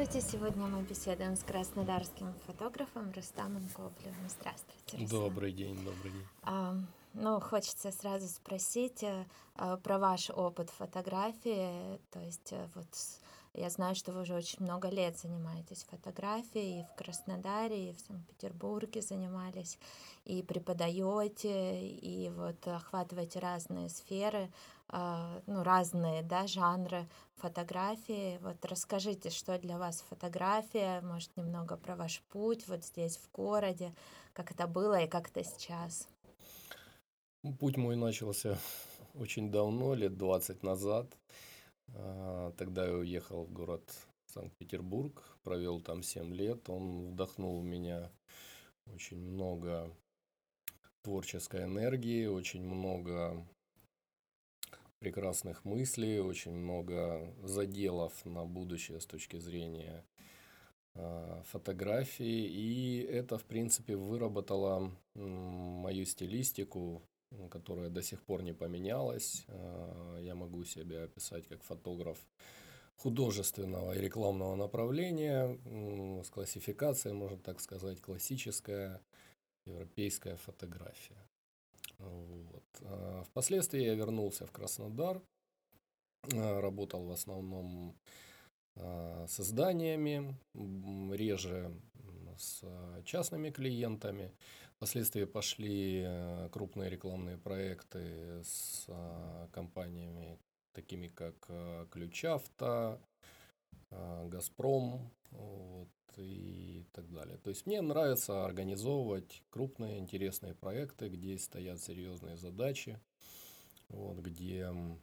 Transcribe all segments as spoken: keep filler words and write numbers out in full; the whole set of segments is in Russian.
Здравствуйте! Сегодня мы беседуем с краснодарским фотографом Рустамом Коблевым. Здравствуйте, Рустам. Добрый день, добрый день. А, ну, хочется сразу спросить э, а, про ваш опыт фотографии. То есть, э, вот с- я знаю, что вы уже очень много лет занимаетесь фотографией, и в Краснодаре, и в Санкт-Петербурге занимались, и преподаете, и вот охватываете разные сферы, а, ну, разные, да, жанры фотографии. Вот расскажите, что для вас фотография, может, немного про ваш путь вот здесь, в городе, как это было и как это сейчас. Ну, Путь мой начался очень давно, лет двадцать назад. А, Тогда я уехал в город Санкт-Петербург, провел там семь лет. Он вдохнул в меня очень много творческой энергии, очень много прекрасных мыслей, очень много заделов на будущее с точки зрения а, фотографии. И это, в принципе, выработало м, мою стилистику, м, которая до сих пор не поменялась. А, Я могу себя описать как фотограф художественного и рекламного направления, м, с классификацией, можно так сказать, классическая европейская фотография. Вот. А Впоследствии я вернулся в Краснодар, а, работал в основном а, с изданиями, м, реже м, с а, частными клиентами. Впоследствии пошли э, крупные рекламные проекты с а, компаниями, такими как а, Ключавто, а, Газпром, вот, и так далее. То есть мне нравится организовывать крупные интересные проекты, где стоят серьезные задачи, вот, где м,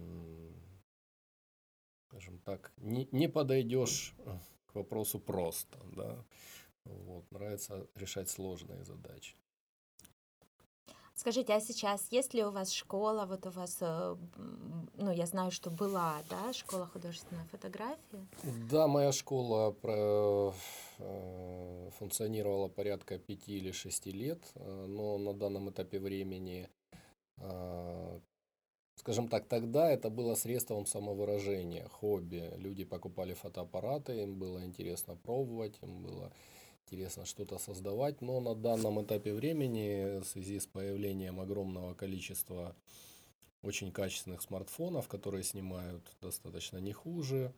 скажем так, не, не подойдешь э, к вопросу просто, да. Вот, нравится решать сложные задачи. Скажите, а сейчас есть ли у вас школа, вот у вас, э, м, ну, я знаю, что была, да, школа художественной фотографии? Да, моя школа про- э, функционировала порядка пяти или шести лет, э, но на данном этапе времени, э, скажем так, тогда это было средством самовыражения, хобби. Люди покупали фотоаппараты, им было интересно пробовать, им было интересно что-то создавать, но на данном этапе времени, в связи с появлением огромного количества очень качественных смартфонов, которые снимают достаточно не хуже,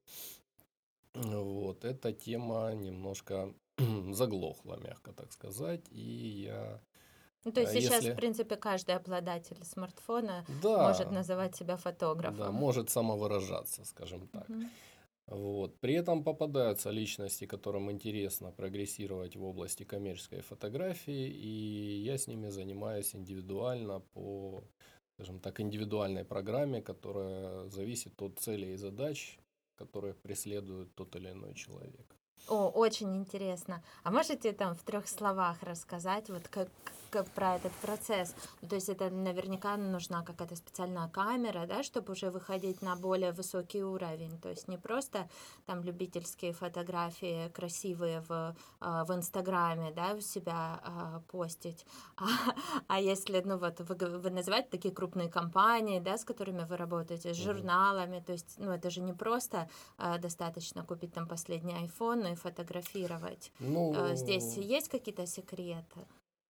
вот, эта тема немножко заглохла, мягко так сказать, и я, Ну, то есть э, сейчас, в если, принципе, каждый обладатель смартфона может да, называть себя да, фотографом. может самовыражаться, скажем так. Мгм. Вот. При этом попадаются личности, которым интересно прогрессировать в области коммерческой фотографии, и я с ними занимаюсь индивидуально по, скажем так, индивидуальной программе, которая зависит от целей и задач, которые преследует тот или иной человек. О, очень интересно. А можете там в трех словах рассказать, вот как, как про этот процесс? Ну, то есть это наверняка нужна какая-то специальная камера, да, чтобы уже выходить на более высокий уровень. То есть не просто там любительские фотографии красивые в, а, в Инстаграме, да, у себя а, постить, а, а если, ну вот, вы, г- вы называете такие крупные компании, да, с которыми вы работаете, с Мгм. журналами, то есть, ну, это же не просто а, достаточно купить там последний iPhone и фотографировать. А, Здесь Ну, есть какие-то секреты?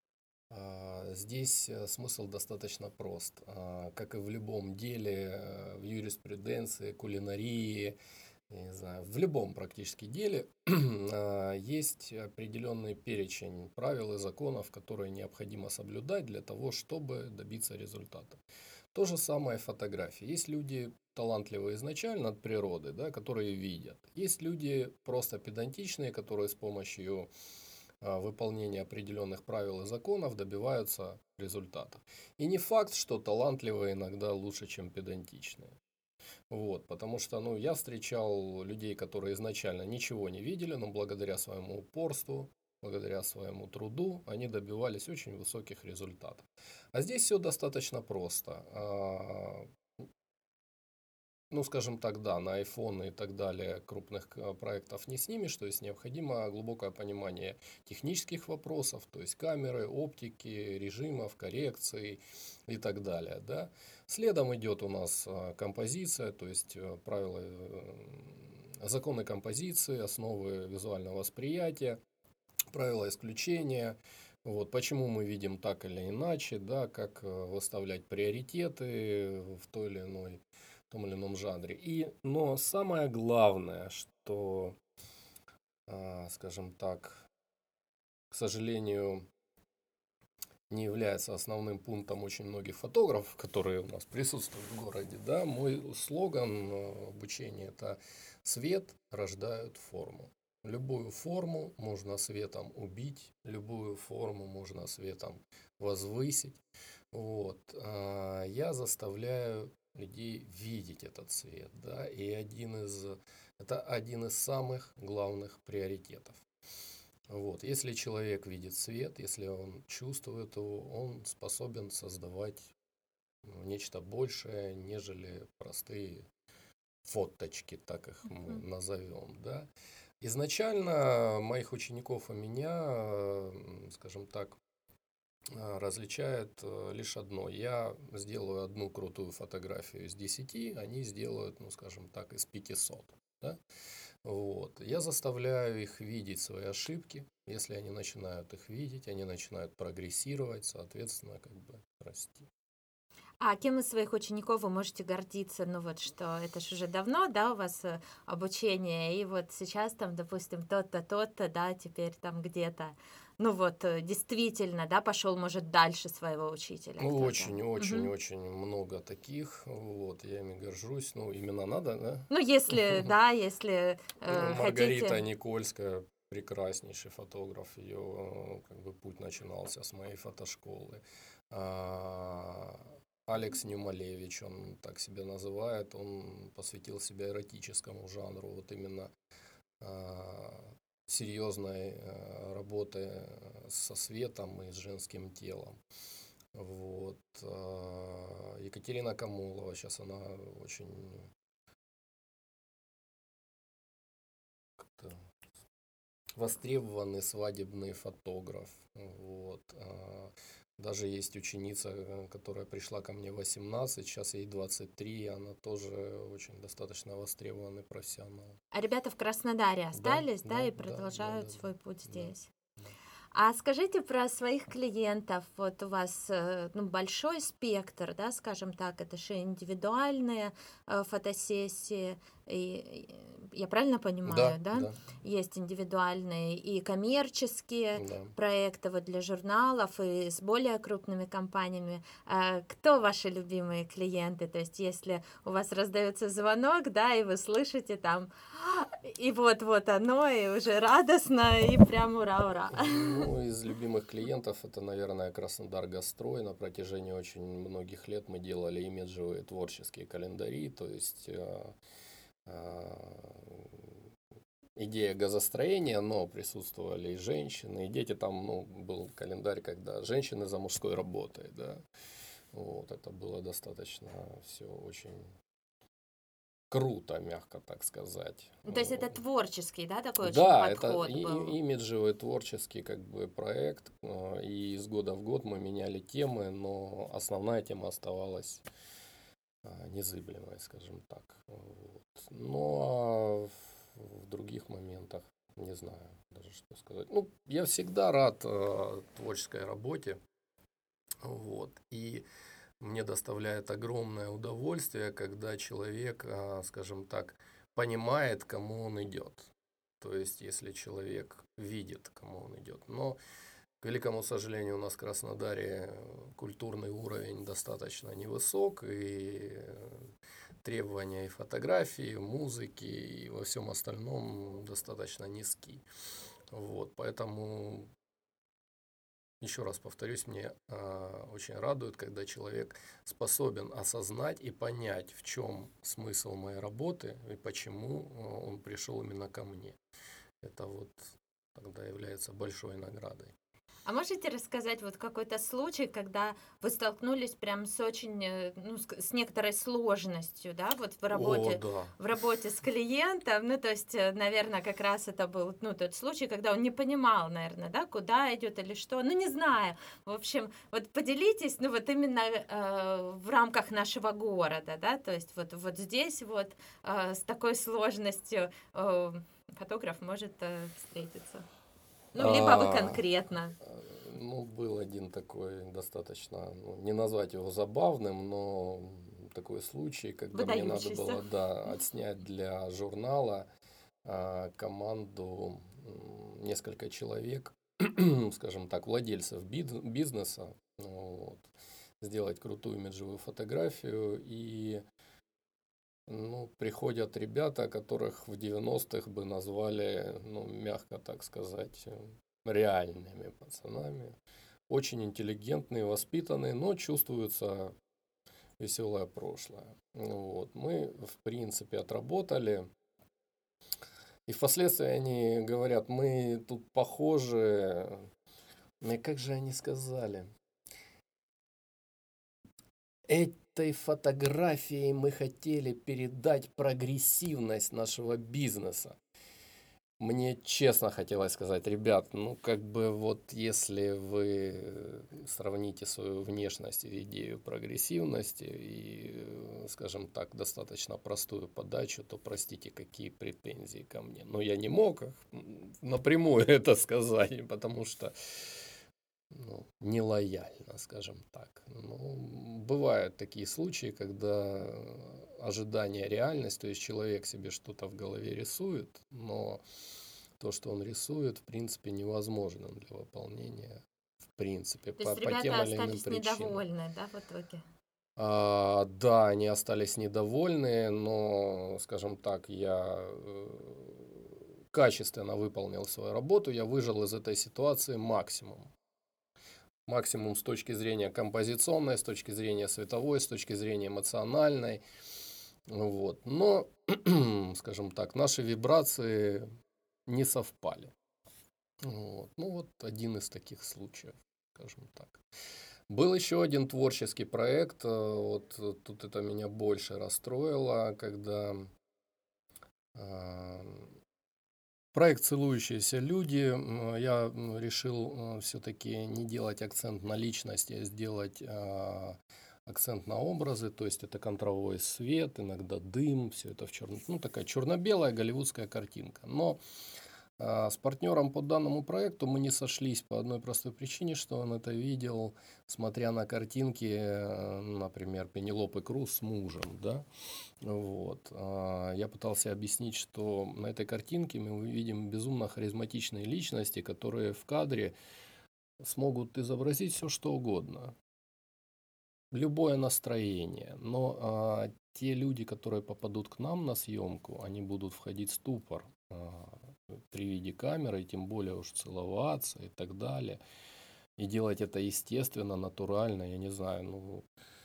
а, здесь э, смысл достаточно прост. А, Как и в любом деле, э, в юриспруденции, кулинарии, я не знаю, в любом практически деле а, есть определенный перечень правил и законов, которые необходимо соблюдать для того, чтобы добиться результата. То же самое в фотографии. Есть люди талантливые изначально от природы, да, которые видят. Есть люди просто педантичные, которые с помощью а, выполнения определенных правил и законов добиваются результата. И не факт, что талантливые иногда лучше, чем педантичные. Вот, потому что, ну, я встречал людей, которые изначально ничего не видели, но благодаря своему упорству, благодаря своему труду, они добивались очень высоких результатов. А здесь все достаточно просто. А, Ну, скажем так, да, на iPhone и так далее крупных э, проектов не снимешь, то есть необходимо глубокое понимание технических вопросов, то есть камеры, оптики, режимов, коррекций и так далее, да. Следом идет у нас э, композиция, то есть э, правила э, законы композиции, основы визуального восприятия, правила исключения. Вот, почему мы видим так или иначе, да, как выставлять приоритеты в той или иной, в том или ином жанре. И, но самое главное, что, скажем так, к сожалению, не является основным пунктом очень многих фотографов, которые у нас присутствуют в городе, да, мой слоган обучения – это «Свет рождает форму». Любую форму можно светом убить, любую форму можно светом возвысить. Вот. Я заставляю людей видеть этот свет, да, и один из, это один из самых главных приоритетов. Вот. Если человек видит свет, если он чувствует его, он способен создавать нечто большее, нежели простые фоточки, так их мы назовем. Да? Изначально моих учеников и меня, скажем так, различает лишь одно. Я сделаю одну крутую фотографию из десяти, они сделают, ну, скажем так, из пятисот. Да? Вот. Я заставляю их видеть свои ошибки. Если они начинают их видеть, они начинают прогрессировать, соответственно, как бы расти. А кем из своих учеников вы можете гордиться? Ну вот что, это же уже давно, да, у вас обучение, и вот сейчас там, допустим, тот-то, тот-то, да, теперь там где-то, ну вот, действительно, да, пошел, может, дальше своего учителя. Ну, кто-то. очень, очень, Мгм. очень много таких. Вот, я ими горжусь. Ну, имена надо, да? Ну, если, да, если э, Маргарита хотите. Никольская, прекраснейший фотограф. Ее как бы путь начинался с моей фотошколы. Алекс Нюмалевич, он так себя называет, он посвятил себя эротическому жанру, вот именно э, серьезной э, работы со светом и с женским телом. Вот. Э, Екатерина Камолова, сейчас она очень как-то востребованный свадебный фотограф. Вот. Даже есть ученица, которая пришла ко мне в восемнадцать, сейчас ей двадцать три, она тоже очень достаточно востребованный профессионал. А ребята в Краснодаре Да, остались, да, да, и да, да, продолжают да, свой путь да, здесь. да. А скажите про своих клиентов. Вот у вас ну, большой спектр, да, скажем так, это же индивидуальные э, фотосессии. И, я правильно понимаю, Да, да? да, Есть индивидуальные и коммерческие да. проекты вот для журналов и с более крупными компаниями. А кто ваши любимые клиенты? То есть, если у вас раздается звонок, да, и вы слышите там, и вот-вот оно, и уже радостно, и прям ура-ура. Ну, из любимых клиентов это, наверное, Краснодар Гастрой. На протяжении очень многих лет мы делали имиджевые творческие календари, то есть э, э, идея газостроения, но присутствовали и женщины, и дети. Там, ну, был календарь, когда женщины за мужской работой, да. Вот, это было достаточно все очень круто, мягко так сказать. Ну, то есть это творческий, да, такой очень Да, это подход и- был? и- имиджевый творческий как бы проект, э, и из года в год мы меняли темы, но основная тема оставалась э, незыблемой, скажем так. Вот. Ну, а в в других моментах не знаю даже что сказать. Ну, я всегда рад э, творческой работе, вот, и мне доставляет огромное удовольствие, когда человек, э, скажем так, понимает, к кому он идет. То есть, если человек видит, к кому он идет. Но, к великому сожалению, у нас в Краснодаре культурный уровень достаточно невысок, и требования и фотографии, музыки, и во всем остальном достаточно низки. Вот, поэтому, еще раз повторюсь, мне э, очень радует, когда человек способен осознать и понять, в чем смысл моей работы и почему он пришел именно ко мне. Это вот тогда является большой наградой. А можете рассказать вот какой-то случай, когда вы столкнулись прям с очень, э, ну, с, к- с некоторой сложностью, да, вот в О, работе, да. в работе с клиентом, ну, то есть, наверное, как раз это был, ну, тот случай, когда он не понимал, наверное, да, куда идет или что, ну, не знаю. В общем, вот поделитесь, ну, вот именно э, в рамках нашего города, да, то есть вот, вот здесь вот э, с такой сложностью э, фотограф может э, встретиться. Ну, либо вы А, конкретно. э, ну, был один такой достаточно, ну, не назвать его забавным, но такой случай, когда мне надо Выдающийся. было, да, отснять для журнала а, команду, м, несколько человек, скажем так, владельцев бид- бизнеса, вот, сделать крутую имиджевую фотографию. И ну, приходят ребята, которых в девяностых бы назвали, ну, мягко так сказать, э, реальными пацанами. Очень интеллигентные, воспитанные, но чувствуется веселое прошлое. Ну вот. Мы, в принципе, отработали. И впоследствии они говорят, мы тут похожи. Ну, и как же они сказали? Этой фотографией мы хотели передать прогрессивность нашего бизнеса. Мне честно хотелось сказать, ребят, ну как бы вот если вы сравните свою внешность и идею прогрессивности и, э, скажем так, достаточно простую подачу, то простите, какие претензии ко мне. Но я не мог их напрямую это сказать, потому что ну, нелояльно, скажем так. Ну, бывают такие случаи, когда ожидание реальность, то есть человек себе что-то в голове рисует, но то, что он рисует, в принципе, невозможно для выполнения, в принципе, То по, есть по ребята тем или иным остались причинам. недовольны, да, в итоге? А, да, они остались недовольны, но, скажем так, я э, качественно выполнил свою работу, я выжил из этой ситуации максимум. Максимум с точки зрения композиционной, с точки зрения световой, с точки зрения эмоциональной. Вот. Но, скажем так, наши вибрации не совпали. Вот. Ну вот один из таких случаев, скажем так. Был еще один творческий проект, э, вот э, тут это меня больше расстроило, когда а, проект «Целующиеся люди», м, я м, решил все-таки не делать акцент на личности, а сделать а, акцент на образы, то есть это контровой свет, иногда дым, все это в черном, ну такая черно-белая голливудская картинка. Но а, с партнером по данному проекту мы не сошлись по одной простой причине, что он это видел, смотря на картинки, э, например, Пенелопы Круз с мужем, да. Вот. А, Я пытался объяснить, что на этой картинке мы видим безумно харизматичные личности, которые в кадре смогут изобразить все, что угодно, любое настроение. Но а, те люди, которые попадут к нам на съемку, они будут входить в ступор а, при виде камеры, и тем более уж целоваться и так далее. И делать это естественно, натурально, я не знаю, ну,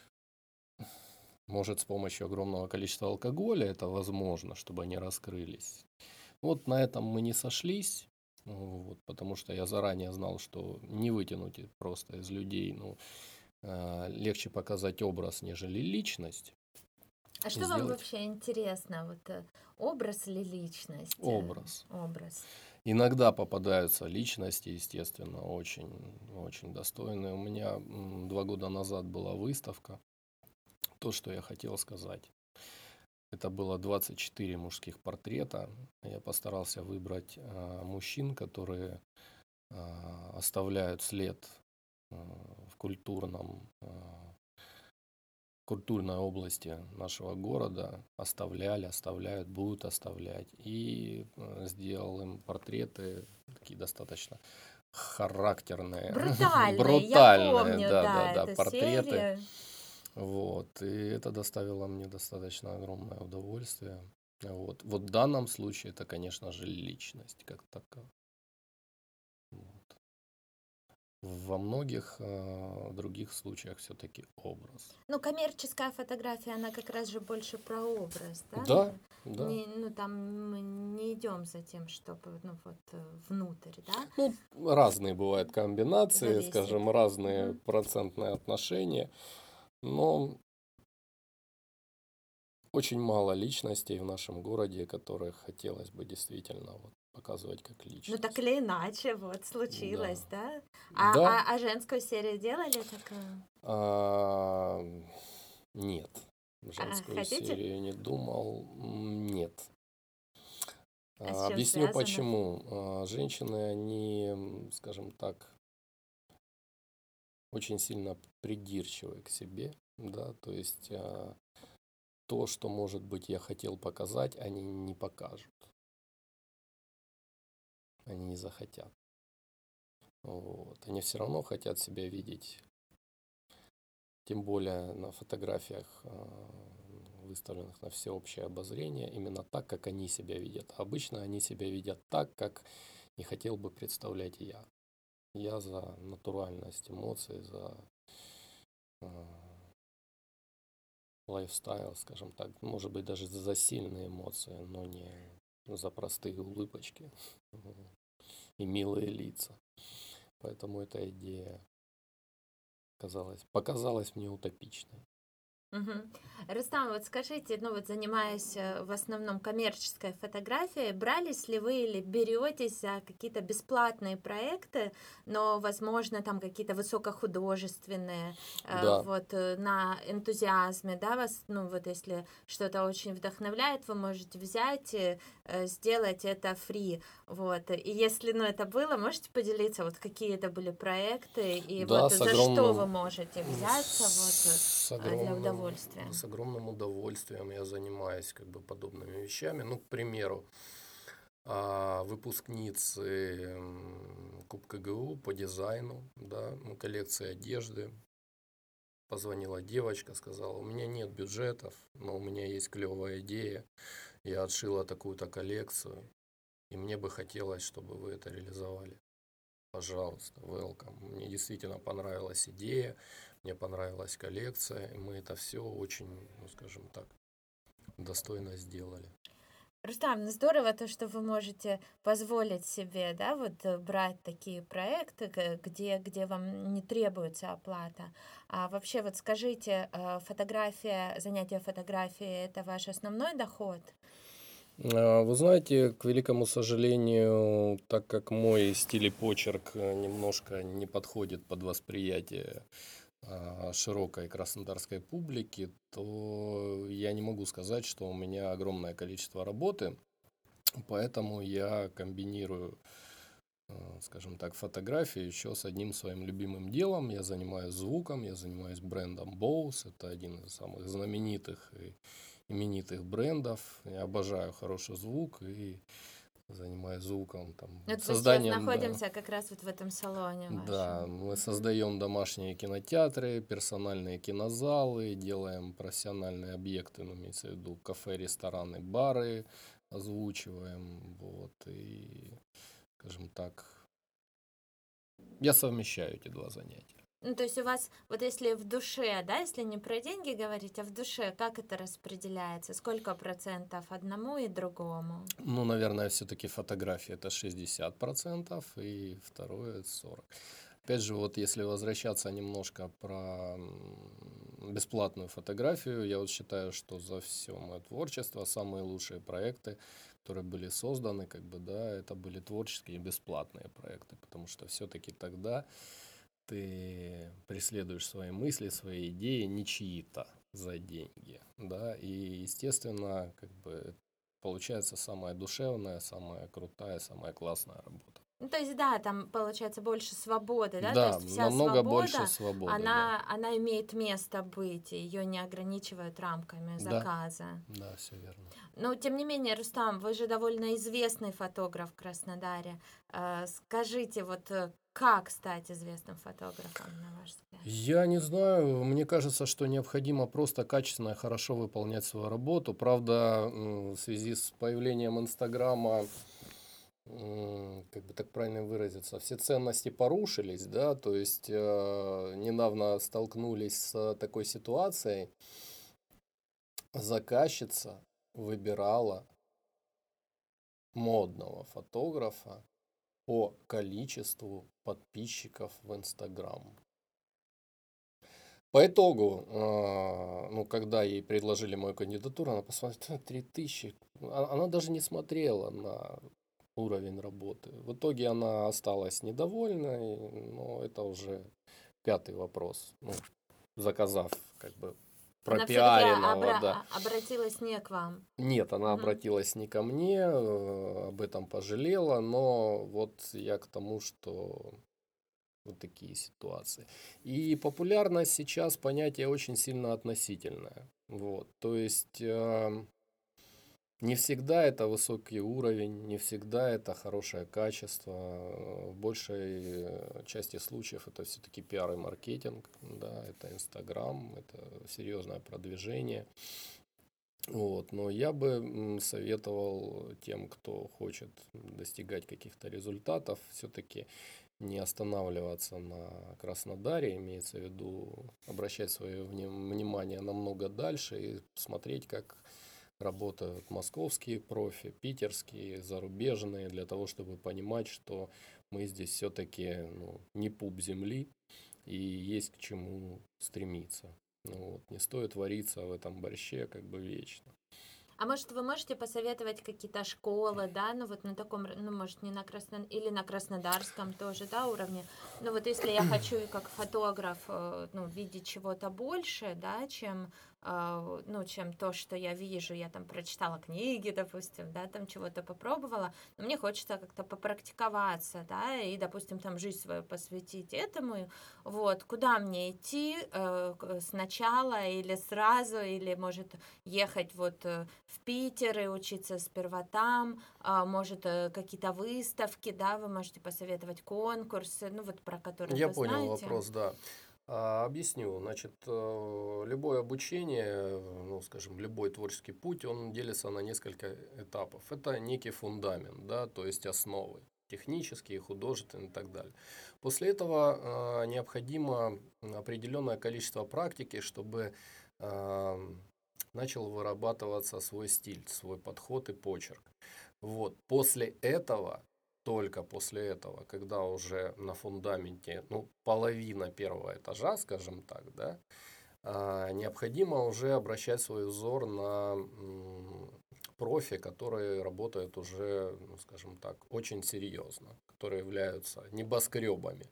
может, с помощью огромного количества алкоголя это возможно, чтобы они раскрылись. Вот на этом мы не сошлись, вот, потому что я заранее знал, что не вытянуть просто из людей, ну, э, легче показать образ, нежели личность, А и что вам сделать вообще интересно? Вот э, образ или личность? Э, образ. Образ. Иногда попадаются личности, естественно, очень, очень достойные. У меня м, два года назад была выставка, то, что я хотел сказать. Это было двадцать четыре мужских портрета. Я постарался выбрать а, мужчин, которые а, оставляют след а, в культурном, а, культурной области нашего города, оставляли, оставляют, будут оставлять. И а, сделал им портреты такие достаточно характерные, Брутальная, я брутальные, помню, да, да, да, да, эту портреты. серию. Вот, и это доставило мне достаточно огромное удовольствие. Вот, вот в данном случае это, конечно же, личность как такая. Вот. Во многих э, других случаях все-таки образ. Ну, коммерческая фотография, она как раз же больше про образ, да? Да, на- да. Не, ну, там мы не идем за тем, чтобы, ну, вот, э, внутрь, да, Ну, разные бывают комбинации, зависит. скажем, разные Мгм. процентные отношения, но очень мало личностей в нашем городе, которых хотелось бы действительно вот показывать как Ну, так личность. или иначе, вот, Да. случилось, да? А, Да. а, а женскую серию делали такую? А, нет. А, Женскую хотите? серию не думал. М, Нет. А с А, чем Объясню связано? почему. А, Женщины, они, м, скажем так, очень сильно придирчивы к себе, да, то есть а, то, что, может быть, я хотел показать, они не покажут, они не захотят. Вот. Они все равно хотят себя видеть, тем более на фотографиях, а, выставленных на всеобщее обозрение, именно так, как они себя видят. А обычно они себя видят так, как не хотел бы представлять я. Я за натуральность эмоций, за а, лайфстайл, скажем так, может быть, даже за сильные эмоции, но не за простые улыбочки и милые лица. Поэтому эта идея казалась, показалась мне утопичной. Мгм. Рустам, вот скажите, ну вот занимаясь э, в основном коммерческой фотографией, брались ли вы или беретесь за какие-то бесплатные проекты, но, возможно, там какие-то высокохудожественные, э, Да, вот э, на энтузиазме, да, вас, ну вот если что-то очень вдохновляет, вы можете взять и э, сделать это фри, вот. И если, ну, это было, можете поделиться, вот какие это были проекты и да, вот с за что вы огромным, можете взяться, вот э, с а, для огромным, удовольствия. с огромным удовольствием я занимаюсь как бы подобными вещами. Ну, к примеру, а, выпускницы м, Кубка ГУ по дизайну, да, ну, коллекции одежды. Позвонила девочка, сказала, у меня нет бюджетов, но у меня есть клевая идея. Я отшила такую-то коллекцию, и мне бы хотелось, чтобы вы это реализовали. Пожалуйста, welcome. Мне действительно понравилась идея, мне понравилась коллекция, и мы это все очень, ну, скажем так, достойно сделали. Рустам, ну здорово то, что вы можете позволить себе, да, вот э, брать такие проекты, г- где, где вам не требуется оплата. А вообще вот скажите, э, фотография, занятие фотографией — это ваш основной доход? А, Вы знаете, к великому сожалению, так как мой стиль и почерк э, немножко не подходит под восприятие а, широкой краснодарской публики, то я не могу сказать, что у меня огромное количество работы, поэтому я комбинирую, а, скажем так, фотографии еще с одним своим любимым делом. Я занимаюсь звуком, я занимаюсь брендом Bose, это один из самых знаменитых и именитых брендов. Я обожаю хороший звук и занимаюсь звуком, там, Вот мы сейчас созданием, да. находимся как раз вот в этом салоне Да, вашем. мы Мгм. создаем домашние кинотеатры, персональные кинозалы, делаем профессиональные объекты, ну, имеется в виду кафе, рестораны, бары, озвучиваем, вот, и, скажем так, я совмещаю эти два занятия. Ну, то есть у вас, вот если в душе, да, если не про деньги говорить, а в душе, как это распределяется? Сколько процентов одному и другому? Ну, наверное, все-таки фотографии это шестьдесят процентов и второе сорок. Опять же, вот если возвращаться немножко про м, бесплатную фотографию, я вот считаю, что за все мое творчество самые лучшие проекты, которые были созданы, как бы, да, это были творческие и бесплатные проекты, потому что все-таки тогда ты преследуешь свои мысли, свои идеи, не чьи-то за деньги, да, и, естественно, как бы получается самая душевная, самая крутая, самая классная работа. Ну, то есть, да, там получается больше свободы, да, то Да, есть вся намного больше свобода, свободы, да. она, она имеет место быть, ее не ограничивают рамками Да, заказа. да, все верно. Но, тем не менее, Рустам, вы же довольно известный фотограф в Краснодаре. Э, Скажите, вот э, как стать известным фотографом, на ваш взгляд? Я не знаю, мне кажется, что необходимо просто качественно и хорошо выполнять свою работу. Правда, м, в связи с появлением Инстаграма, м, как бы так правильно выразиться, все ценности порушились, да, то есть э, недавно столкнулись с такой ситуацией, заказчица выбирала модного фотографа по количеству подписчиков в Инстаграм. По итогу, а, ну, когда ей предложили мою кандидатуру, она посмотрела три тысячи. А- Она даже не смотрела на уровень работы. В итоге она осталась недовольной, но это уже пятый вопрос. Ну, заказав как бы Она все-таки пропиаренного, да. обратилась не к вам. Нет, она Мгм. обратилась не ко мне, э, об этом пожалела, но вот я к тому, что вот такие ситуации. И популярность сейчас понятие очень сильно относительное. Вот, то есть э, не всегда это высокий уровень, не всегда это хорошее качество. э, В большей э, части случаев это все-таки пиар и маркетинг, да, это Инстаграм, это серьезное продвижение. Вот, но я бы м, советовал тем, кто хочет достигать каких-то результатов, все-таки не останавливаться на Краснодаре, имеется в виду обращать свое вним- внимание намного дальше и смотреть, как работают московские профи, питерские, зарубежные, для того, чтобы понимать, что мы здесь все-таки ну, не пуп земли и есть к чему стремиться. Ну вот, не стоит вариться в этом борще как бы вечно. А может, вы можете посоветовать какие-то школы, да, ну вот на таком, р- ну, может, не на Красно... или на Краснодарском тоже, да, уровне. Ну вот если я хочу и как фотограф, э, ну, видеть чего-то больше, да, чем, а, ну, чем то, что я вижу, я там прочитала книги, допустим, да, там чего-то попробовала, но мне хочется как-то попрактиковаться, да, и, допустим, там жизнь свою посвятить этому, вот, куда мне идти э, к- сначала или сразу, или, может, ехать вот э, в Питер и учиться сперва там, а, может, э, какие-то выставки, да, вы можете посоветовать конкурсы, ну вот про которые Я вы понял знаете. вопрос, да. А, объясню. Значит, э, любое обучение, э, ну, скажем, любой творческий путь, он делится на несколько этапов. Это некий фундамент, да, то есть основы технические, художественные и так далее. После этого э, необходимо определенное количество практики, чтобы э, начал вырабатываться свой стиль, свой подход и почерк. Вот. После этого, только после этого, когда уже на фундаменте, ну, половина первого этажа, скажем так, да, а, необходимо уже обращать свой взор на м, профи, которые работают уже, ну, скажем так, очень серьезно, которые являются небоскребами.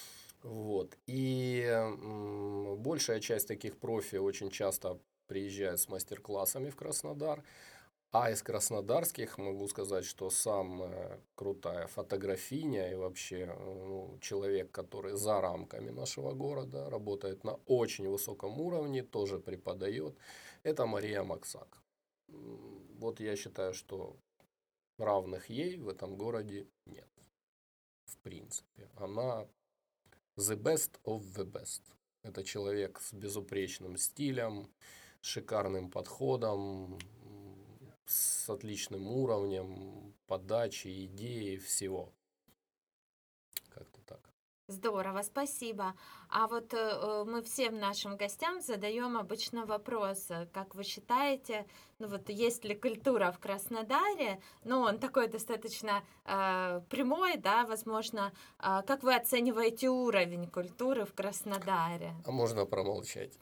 Вот. И м, большая часть таких профи очень часто приезжает с мастер-классами в Краснодар. А из краснодарских могу сказать, что самая крутая фотографиня и вообще э, ну, человек, который за рамками нашего города работает на очень высоком уровне, тоже преподает, это Мария Максак. М, Вот я считаю, что равных ей в этом городе нет, в принципе. Она the best of the best. Это человек с безупречным стилем, шикарным подходом, с отличным уровнем подачи, идеи, всего. Как-то так. Здорово, спасибо. А вот э, э, мы всем нашим гостям задаем обычно вопрос, э, как вы считаете, ну вот есть ли культура в Краснодаре? Ну, он такой достаточно э, прямой, да, возможно. А как вы оцениваете уровень культуры в Краснодаре? А можно промолчать.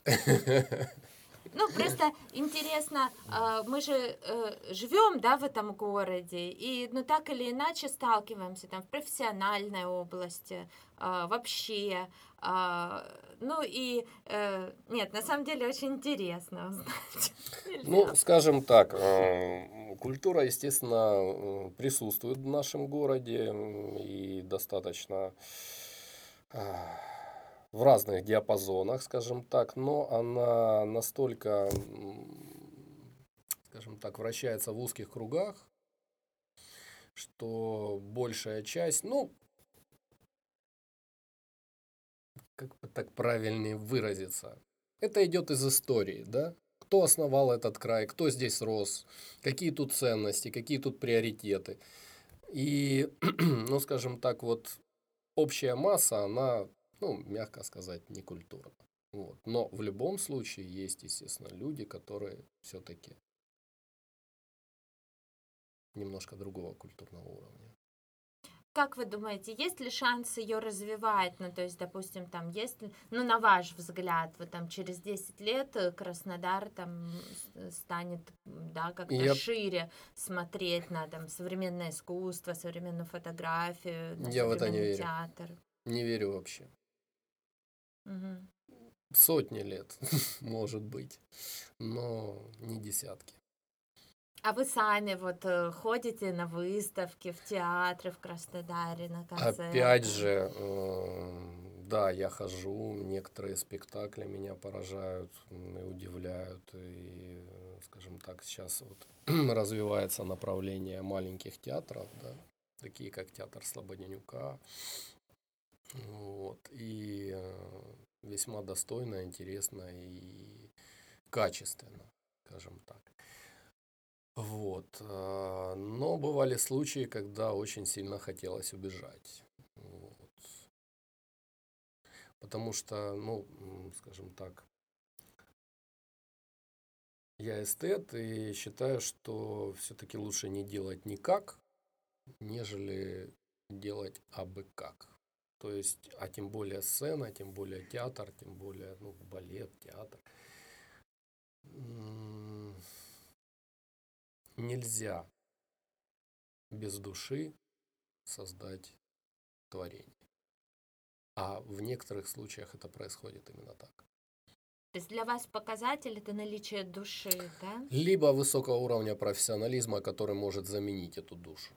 Ну, просто интересно, а, мы же э, живем, да, в этом городе, и, ну, так или иначе сталкиваемся там в профессиональной области, а, вообще. а, Ну, и, э, нет, на самом деле очень интересно узнать. Ну, Нельзя. скажем так, э, культура, естественно, э, присутствует в нашем городе м, и достаточно а, в разных диапазонах, скажем так, но она настолько, м, скажем так, вращается в узких кругах, что большая часть, ну, как бы так правильнее выразиться, это идет из истории, да? Кто основал этот край, кто здесь рос, какие тут ценности, какие тут приоритеты. И, ну, скажем так, вот общая масса, она, ну, мягко сказать, не культурна. Вот. Но в любом случае есть, естественно, люди, которые все-таки немножко другого культурного уровня. Как вы думаете, есть ли шанс ее развивать? Ну, то есть, допустим, там, есть ли, ну, на ваш взгляд, вот там через десять лет э, Краснодар там с- станет, м, да, как-то Я, шире смотреть на там современное искусство, современную фотографию, на я в это не современный верю. театр? Не верю вообще. Мгм. Сотни лет, может быть, но не десятки. А вы сами вот э, ходите на выставки, в театры в Краснодаре, на Опять концерты? же, э, да, я хожу, некоторые спектакли меня поражают м, и удивляют. И, э, скажем так, сейчас вот развивается направление маленьких театров, да, такие как театр Слободенюка. Вот, и э, весьма достойно, интересно и качественно, скажем так. Вот. э, Но бывали случаи, когда очень сильно хотелось убежать. Вот. Потому что, ну, м, скажем так, я эстет и считаю, что все-таки лучше не делать никак, нежели делать абы как. То есть, а тем более сцена, тем более театр, тем более, ну, балет, театр. М, Нельзя без души создать творение. А в некоторых случаях это происходит именно так. То есть для вас показатель это наличие души, да? Либо высокого уровня профессионализма, который может заменить эту душу.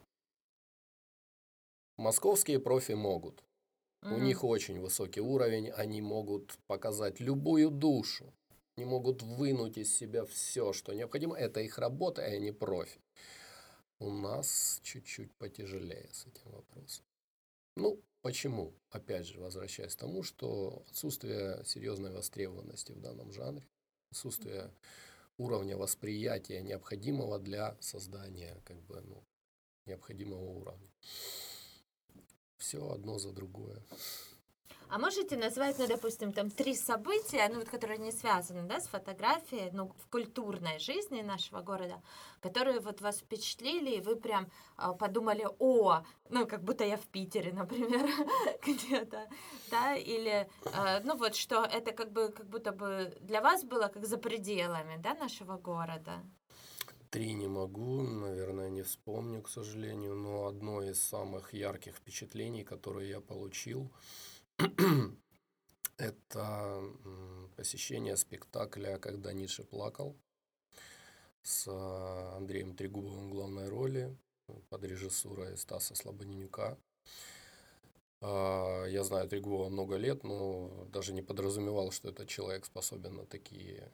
Московские профи могут. У Мгм. них очень высокий уровень, они могут показать любую душу. Они могут вынуть из себя все, что необходимо. Это их работа, и они профи. У нас чуть-чуть потяжелее с этим вопросом. Ну, почему? Опять же, возвращаясь к тому, что отсутствие серьезной востребованности в данном жанре, отсутствие уровня восприятия, необходимого для создания как бы, ну, необходимого уровня. Все одно за другое. А можете назвать, ну, допустим, там три события, ну, вот, которые не связаны, да, с фотографией, ну, в культурной жизни нашего города, которые вот вас впечатлили, и вы прям а, подумали, о, ну, как будто я в Питере, например, где-то, да, или, а, ну, вот, что это как бы, как будто бы для вас было как за пределами, да, нашего города. Три не могу, наверное, не вспомню, к сожалению, но одно из самых ярких впечатлений, которые я получил, это м, посещение спектакля «Когда Ницше плакал» с а, Андреем Трегубовым в главной роли под режиссурой Стаса Слободенюка. А, Я знаю Трегубова много лет, но даже не подразумевал, что этот человек способен на такие,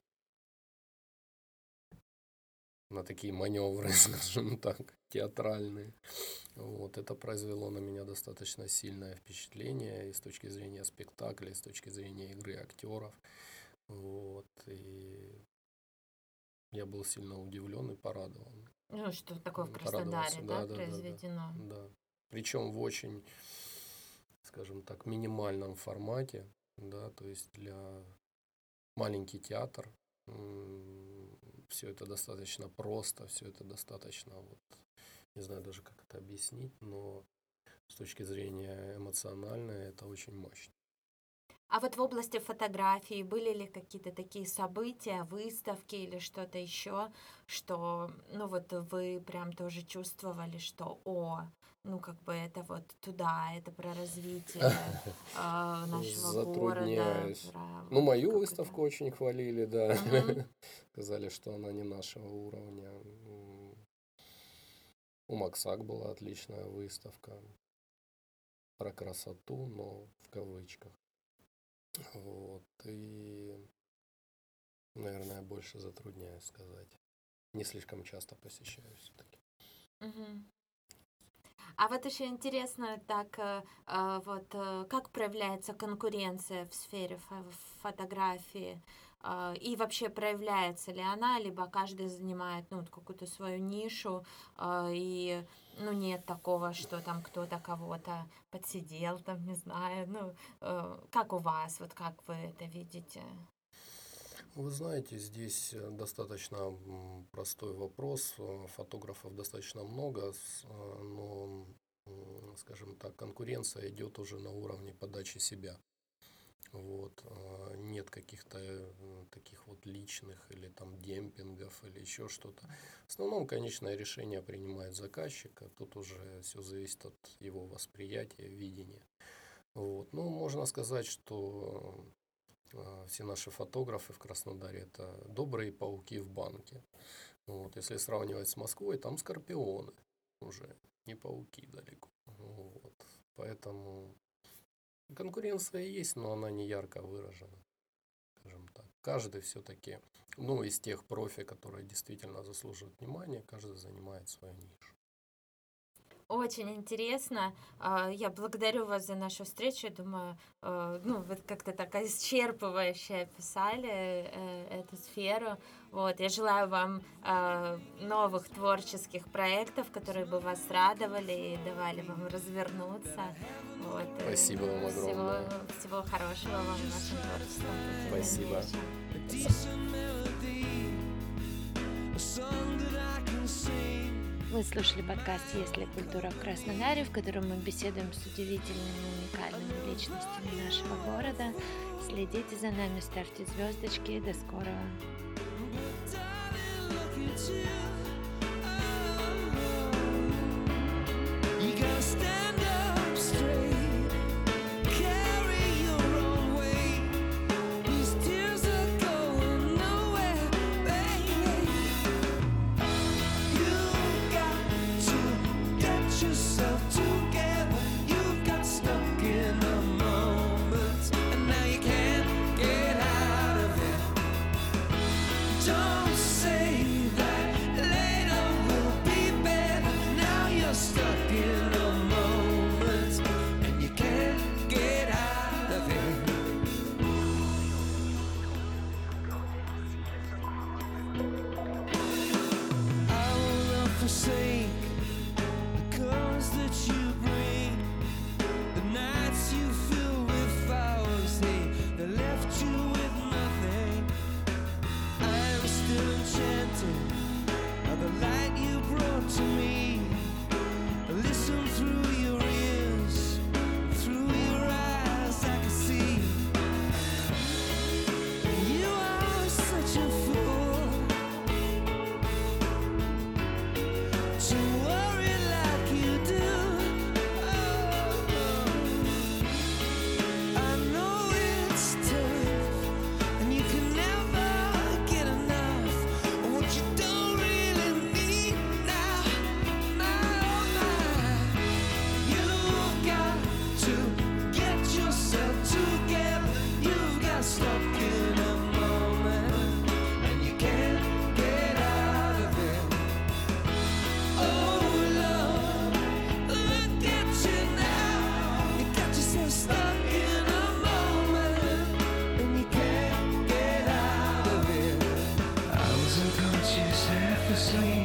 на такие маневры, скажем так, театральные. Вот, это произвело на меня достаточно сильное впечатление и с точки зрения спектакля, и с точки зрения игры актеров. Вот, и я был сильно удивлен и порадован. Ну, что такое в М, Порадовался, Краснодаре, да, да, да, да, да, произведено. да. Причем в очень, скажем так, минимальном формате, да, то есть для маленький театр, все это достаточно просто, все это достаточно, вот, не знаю даже, как это объяснить, но с точки зрения эмоциональной это очень мощно. А вот в области фотографии были ли какие-то такие события, выставки или что-то еще, что, ну вот вы прям тоже чувствовали, что, о, ну как бы это вот туда, это про развитие а, нашего города, Затрудняюсь. про Ну, вот мою какой-то. выставку очень хвалили, да. Мгм. Сказали, что она не нашего уровня. М, У Максак была отличная выставка про красоту, но в кавычках. Вот. И, наверное, больше затрудняюсь сказать. Не слишком часто посещаю все-таки. Мгм. А вот еще интересно, так э, а, вот э, как проявляется конкуренция в сфере фо- фотографии. А, и вообще проявляется ли она, либо каждый занимает ну, вот какую-то свою нишу, а, и ну, нет такого, что там кто-то кого-то подсидел, там, не знаю, ну, э, как у вас, вот как вы это видите? Вы знаете, здесь э, достаточно м, простой вопрос. Э, Фотографов достаточно много, с- э, но, м, скажем так, конкуренция идет уже на уровне подачи себя. Вот. э, Нет каких-то э, таких вот личных или там демпингов или еще что-то. В основном конечное решение принимает заказчик, а тут уже все зависит от его восприятия, видения. Вот. Ну, можно сказать, что э, все наши фотографы в Краснодаре это добрые пауки в банке. Вот. Если сравнивать с Москвой, там скорпионы уже, не пауки далеко. Вот. Поэтому конкуренция есть, но она не ярко выражена, скажем так. Каждый все-таки, ну, из тех профи, которые действительно заслуживают внимания, каждый занимает свою нишу. Очень интересно. А, Я благодарю вас за нашу встречу. Я думаю, э, ну, вы как-то так исчерпывающе описали э, эту сферу. Вот, я желаю вам а, новых творческих проектов, которые бы вас радовали и давали вам развернуться. Вот, Спасибо вам и всего, огромное. всего хорошего вам в вашем творческом пути в Спасибо. дальнейшем. Decent melody, a song that I can sing. Вы слушали подкаст «Есть ли культура в Краснодаре», в котором мы беседуем с удивительными, уникальными личностями нашего города. Следите за нами, ставьте звездочки. До скорого! Darling, look at you. Oh, you gotta stand up straight, carry your own weight. These tears are going nowhere, baby. You got to get yourself together. You got stuck in a moment, and now you can't get out of it. Don't say that later will be better. Now you're stuck in a moment, and you can't get out of it. I will not forsake the colors that you bring, the nights you fill with flowers. They, they left you with nothing. I'm still enchanted by the light you brought to me. Listen through your ears, through your eyes, I can see you are such a fool to worry like you do. Oh, I know it's tough, and you can never get enough of what you don't really need now. My, my, you've got to get yourself together. You've got stuck in a moment, and you can't get out of it. Oh, love, look at you now. You got yourself stuck in a moment, and you can't get out of it. I was unconscious, half asleep.